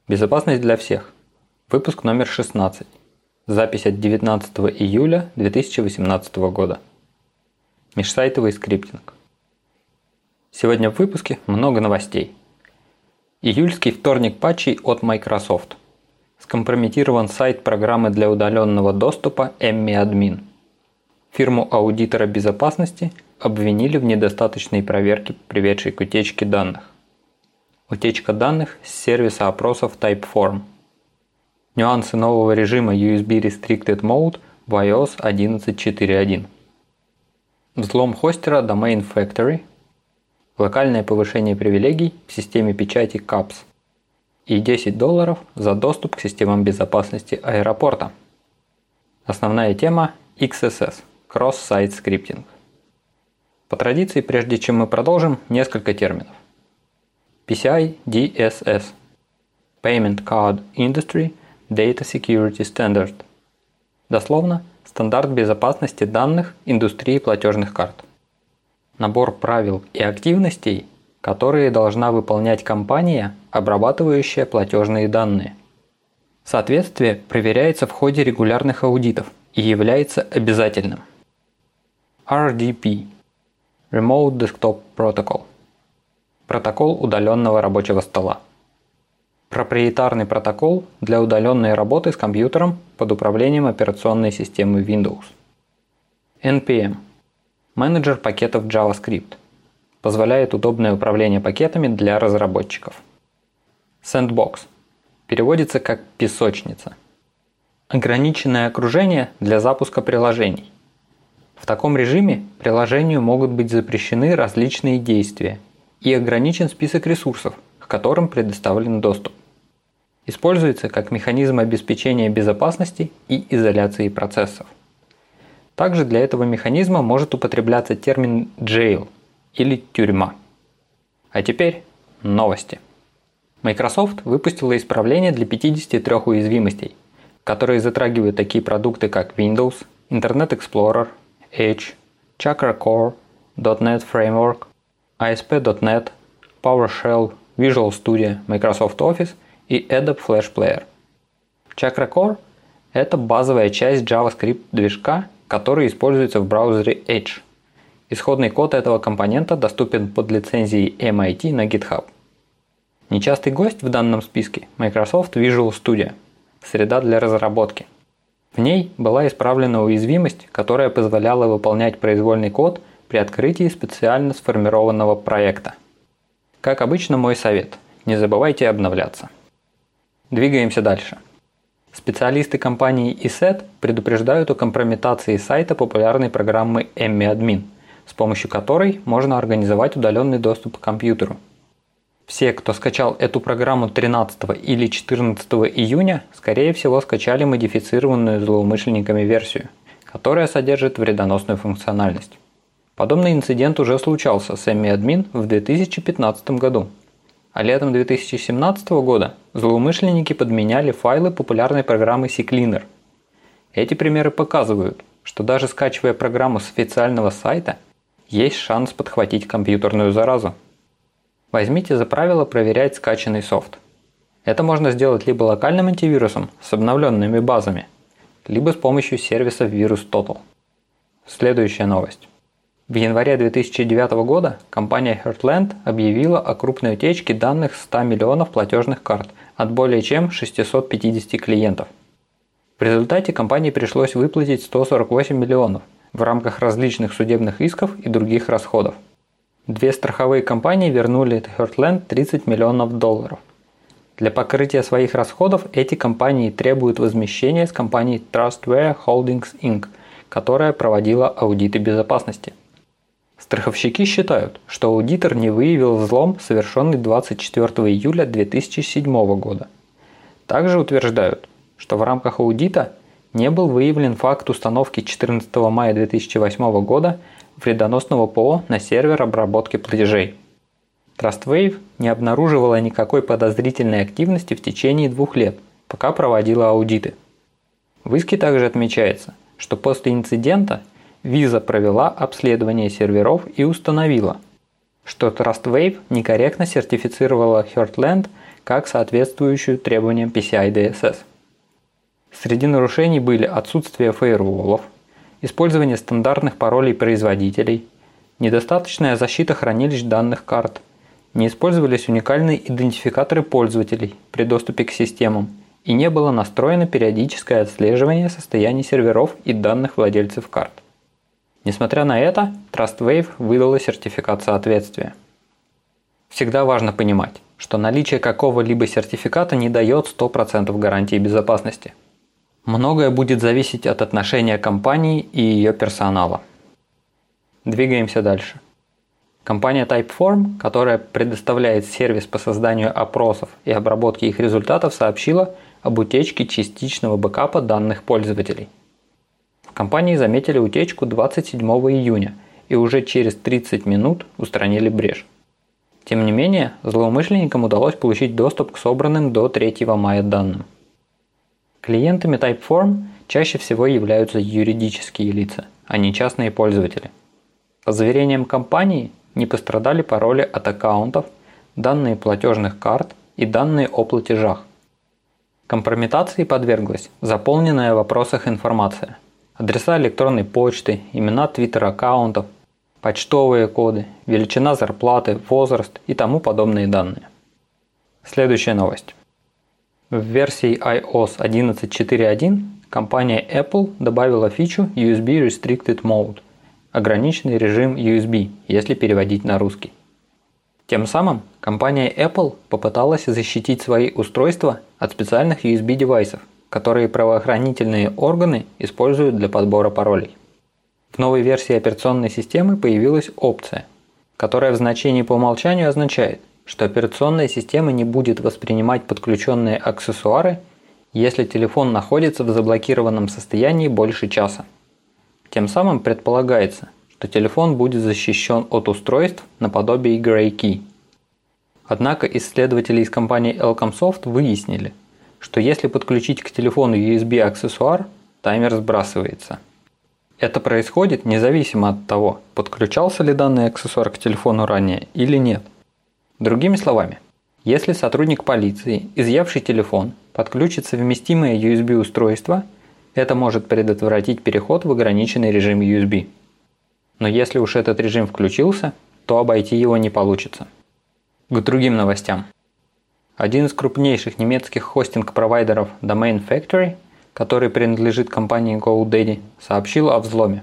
Безопасность для всех. Выпуск номер 16. Запись от 19 июля 2018 года. Межсайтовый скриптинг. Сегодня в выпуске много новостей. Июльский вторник патчей от Microsoft. Скомпрометирован сайт программы для удаленного доступа EmmiAdmin. Фирму аудитора безопасности обвинили в недостаточной проверке, приведшей к утечке данных. Утечка данных с сервиса опросов Typeform. Нюансы нового режима USB Restricted Mode в iOS 11.4.1. Взлом хостера Domain Factory. Локальное повышение привилегий в системе печати CAPS. И $10 за доступ к системам безопасности аэропорта. Основная тема XSS – Cross-Site Scripting. По традиции, прежде чем мы продолжим, несколько терминов. PCI DSS – Payment Card Industry Data Security Standard. Дословно, стандарт безопасности данных индустрии платежных карт. Набор правил и активностей, которые должна выполнять компания, обрабатывающая платежные данные. Соответствие проверяется в ходе регулярных аудитов и является обязательным. RDP – Remote Desktop Protocol. Протокол удаленного рабочего стола. Проприетарный протокол для удаленной работы с компьютером под управлением операционной системы Windows. NPM – менеджер пакетов JavaScript. Позволяет удобное управление пакетами для разработчиков. Sandbox – переводится как «песочница». Ограниченное окружение для запуска приложений. В таком режиме приложению могут быть запрещены различные действия и ограничен список ресурсов, к которым предоставлен доступ. Используется как механизм обеспечения безопасности и изоляции процессов. Также для этого механизма может употребляться термин jail или тюрьма. А теперь новости. Microsoft выпустила исправление для 53 уязвимостей, которые затрагивают такие продукты как Windows, Internet Explorer, Edge, Chakra Core, .NET Framework, ASP.NET, PowerShell, Visual Studio, Microsoft Office и Adobe Flash Player. Chakra Core – это базовая часть JavaScript движка, который используется в браузере Edge. Исходный код этого компонента доступен под лицензией MIT на GitHub. Нечастый гость в данном списке – Microsoft Visual Studio – среда для разработки. В ней была исправлена уязвимость, которая позволяла выполнять произвольный код при открытии специально сформированного проекта. Как обычно, мой совет – не забывайте обновляться. Двигаемся дальше. Специалисты компании ESET предупреждают о компрометации сайта популярной программы EmmiAdmin, с помощью которой можно организовать удаленный доступ к компьютеру. Все, кто скачал эту программу 13 или 14 июня, скорее всего скачали модифицированную злоумышленниками версию, которая содержит вредоносную функциональность. Подобный инцидент уже случался с EmmiAdmin в 2015 году. А летом 2017 года злоумышленники подменяли файлы популярной программы CCleaner. Эти примеры показывают, что даже скачивая программу с официального сайта, есть шанс подхватить компьютерную заразу. Возьмите за правило проверять скачанный софт. Это можно сделать либо локальным антивирусом с обновленными базами, либо с помощью сервиса VirusTotal. Следующая новость. В январе 2009 года компания Heartland объявила о крупной утечке данных 100 миллионов платежных карт от более чем 650 клиентов. В результате компании пришлось выплатить 148 миллионов в рамках различных судебных исков и других расходов. Две страховые компании вернули Heartland $30 миллионов. Для покрытия своих расходов эти компании требуют возмещения с компанией Trustware Holdings Inc., которая проводила аудиты безопасности. Страховщики считают, что аудитор не выявил взлом, совершенный 24 июля 2007 года. Также утверждают, что в рамках аудита не был выявлен факт установки 14 мая 2008 года вредоносного ПО на сервер обработки платежей. Trustwave не обнаруживала никакой подозрительной активности в течение 2 лет, пока проводила аудиты. В иске также отмечается, что после инцидента Visa провела обследование серверов и установила, что Trustwave некорректно сертифицировала Heartland как соответствующую требованиям PCI DSS. Среди нарушений были отсутствие фаерволов, использование стандартных паролей производителей, недостаточная защита хранилищ данных карт, не использовались уникальные идентификаторы пользователей при доступе к системам и не было настроено периодическое отслеживание состояния серверов и данных владельцев карт. Несмотря на это, TrustWave выдала сертификат соответствия. Всегда важно понимать, что наличие какого-либо сертификата не дает 100% гарантии безопасности. Многое будет зависеть от отношения компании и ее персонала. Двигаемся дальше. Компания Typeform, которая предоставляет сервис по созданию опросов и обработке их результатов, сообщила об утечке частичного бэкапа данных пользователей. В компании заметили утечку 27 июня и уже через 30 минут устранили брешь. Тем не менее, злоумышленникам удалось получить доступ к собранным до 3 мая данным. Клиентами Typeform чаще всего являются юридические лица, а не частные пользователи. По заверениям компании, не пострадали пароли от аккаунтов, данные платежных карт и данные о платежах. Компрометации подверглась заполненная в вопросах информация: адреса электронной почты, имена твиттер-аккаунтов, почтовые коды, величина зарплаты, возраст и тому подобные данные. Следующая новость. В версии iOS 11.4.1 компания Apple добавила фичу USB Restricted Mode – ограниченный режим USB, если переводить на русский. Тем самым компания Apple попыталась защитить свои устройства от специальных USB-девайсов, которые правоохранительные органы используют для подбора паролей. В новой версии операционной системы появилась опция, которая в значении по умолчанию означает, что операционная система не будет воспринимать подключенные аксессуары, если телефон находится в заблокированном состоянии больше часа. Тем самым предполагается, что телефон будет защищен от устройств наподобие GrayKey. Однако исследователи из компании Elcomsoft выяснили, что если подключить к телефону USB-аксессуар, таймер сбрасывается. Это происходит независимо от того, подключался ли данный аксессуар к телефону ранее или нет. Другими словами, если сотрудник полиции, изъявший телефон, подключит совместимое USB-устройство, это может предотвратить переход в ограниченный режим USB. Но если уж этот режим включился, то обойти его не получится. К другим новостям. Один из крупнейших немецких хостинг-провайдеров Domain Factory, который принадлежит компании GoDaddy, сообщил о взломе.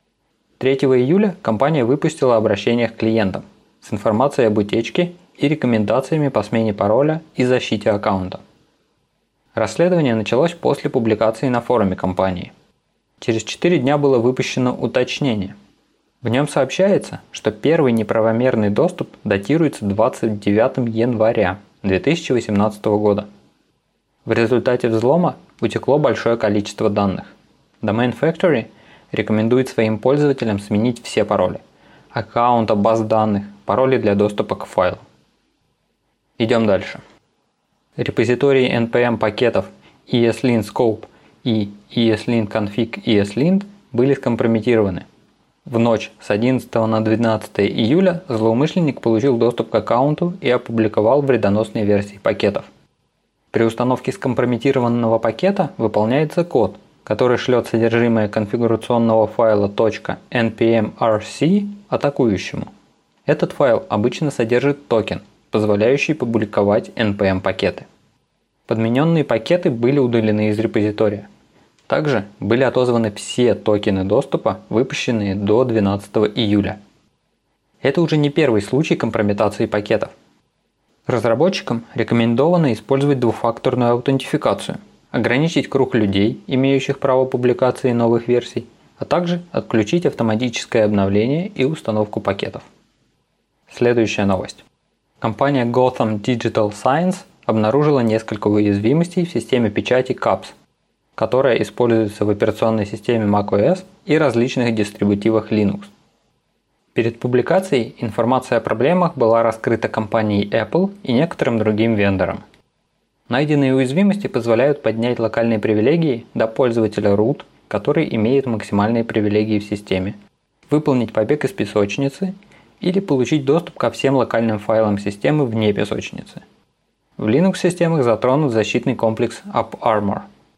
3 июля компания выпустила обращение к клиентам с информацией об утечке и рекомендациями по смене пароля и защите аккаунта. Расследование началось после публикации на форуме компании. Через 4 дня было выпущено уточнение. В нем сообщается, что первый неправомерный доступ датируется 29 января 2018 года. В результате взлома утекло большое количество данных. Domain Factory рекомендует своим пользователям сменить все пароли – аккаунта, баз данных, пароли для доступа к файлу. Идем дальше. Репозитории NPM пакетов ESLint Scope и ESLint Config ESLint были скомпрометированы. В ночь с 11 на 12 июля злоумышленник получил доступ к аккаунту и опубликовал вредоносные версии пакетов. При установке скомпрометированного пакета выполняется код, который шлет содержимое конфигурационного файла .npm-rc атакующему. Этот файл обычно содержит токен, позволяющий публиковать NPM-пакеты. Подмененные пакеты были удалены из репозитория. Также были отозваны все токены доступа, выпущенные до 12 июля. Это уже не первый случай компрометации пакетов. Разработчикам рекомендовано использовать двухфакторную аутентификацию, ограничить круг людей, имеющих право публикации новых версий, а также отключить автоматическое обновление и установку пакетов. Следующая новость. Компания Gotham Digital Science обнаружила несколько уязвимостей в системе печати CAPS, которая используется в операционной системе macOS и различных дистрибутивах Linux. Перед публикацией информация о проблемах была раскрыта компанией Apple и некоторым другим вендорам. Найденные уязвимости позволяют поднять локальные привилегии до пользователя root, который имеет максимальные привилегии в системе, выполнить побег из песочницы или получить доступ ко всем локальным файлам системы вне песочницы. В Linux-системах затронут защитный комплекс AppArmor.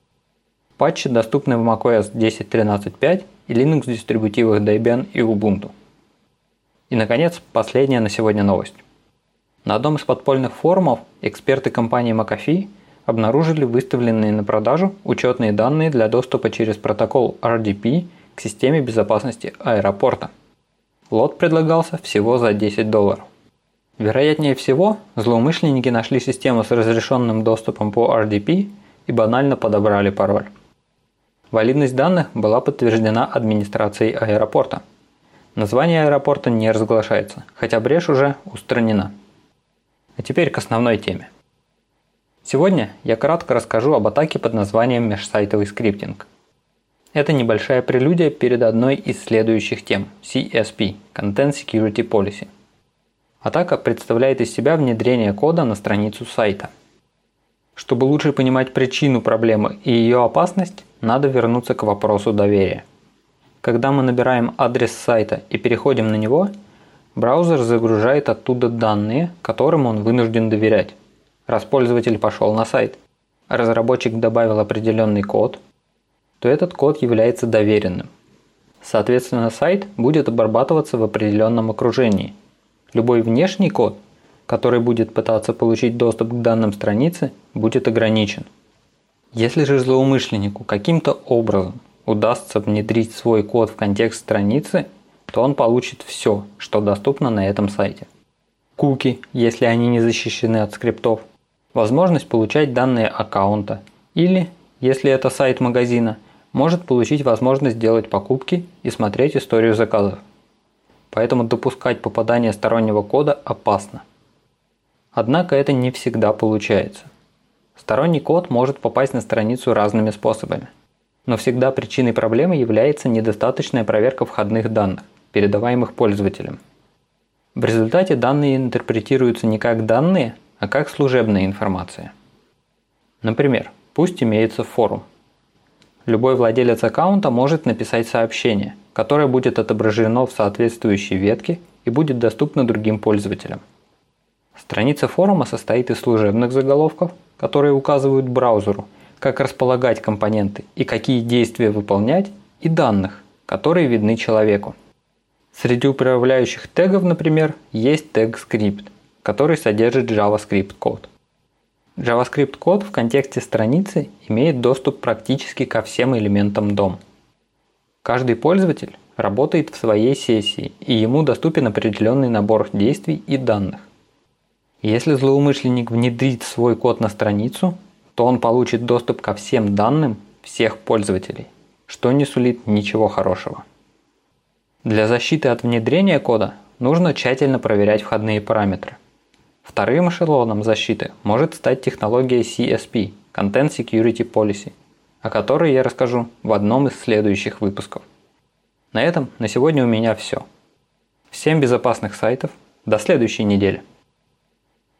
Патчи доступны в macOS 10.13.5 и Linux-дистрибутивах Debian и Ubuntu. И, наконец, последняя на сегодня новость. На одном из подпольных форумов эксперты компании McAfee обнаружили выставленные на продажу учетные данные для доступа через протокол RDP к системе безопасности аэропорта. Лот предлагался всего за $10. Вероятнее всего, злоумышленники нашли систему с разрешенным доступом по RDP и банально подобрали пароль. Валидность данных была подтверждена администрацией аэропорта. Название аэропорта не разглашается, хотя брешь уже устранена. А теперь к основной теме. Сегодня я кратко расскажу об атаке под названием межсайтовый скриптинг. Это небольшая прелюдия перед одной из следующих тем – CSP – Content Security Policy. Атака представляет из себя внедрение кода на страницу сайта. Чтобы лучше понимать причину проблемы и ее опасность, надо вернуться к вопросу доверия. Когда мы набираем адрес сайта и переходим на него, браузер загружает оттуда данные, которым он вынужден доверять. Раз пользователь пошел на сайт, а разработчик добавил определенный код, то этот код является доверенным. Соответственно, сайт будет обрабатываться в определенном окружении. Любой внешний код, который будет пытаться получить доступ к данным страницы, будет ограничен. Если же злоумышленнику каким-то образом удастся внедрить свой код в контекст страницы, то он получит все, что доступно на этом сайте. Куки, если они не защищены от скриптов, возможность получать данные аккаунта или, если это сайт магазина, может получить возможность делать покупки и смотреть историю заказов. Поэтому допускать попадание стороннего кода опасно. Однако это не всегда получается. Сторонний код может попасть на страницу разными способами. Но всегда причиной проблемы является недостаточная проверка входных данных, передаваемых пользователям. В результате данные интерпретируются не как данные, а как служебная информация. Например, пусть имеется форум. Любой владелец аккаунта может написать сообщение, которое будет отображено в соответствующей ветке и будет доступно другим пользователям. Страница форума состоит из служебных заголовков, которые указывают браузеру, как располагать компоненты и какие действия выполнять, и данных, которые видны человеку. Среди управляющих тегов, например, есть тег script, который содержит JavaScript код. JavaScript код в контексте страницы имеет доступ практически ко всем элементам DOM. Каждый пользователь работает в своей сессии, и ему доступен определенный набор действий и данных. Если злоумышленник внедрит свой код на страницу, то он получит доступ ко всем данным всех пользователей, что не сулит ничего хорошего. Для защиты от внедрения кода нужно тщательно проверять входные параметры. Вторым эшелоном защиты может стать технология CSP – Content Security Policy, о которой я расскажу в одном из следующих выпусков. На этом на сегодня у меня все. Всем безопасных сайтов. До следующей недели.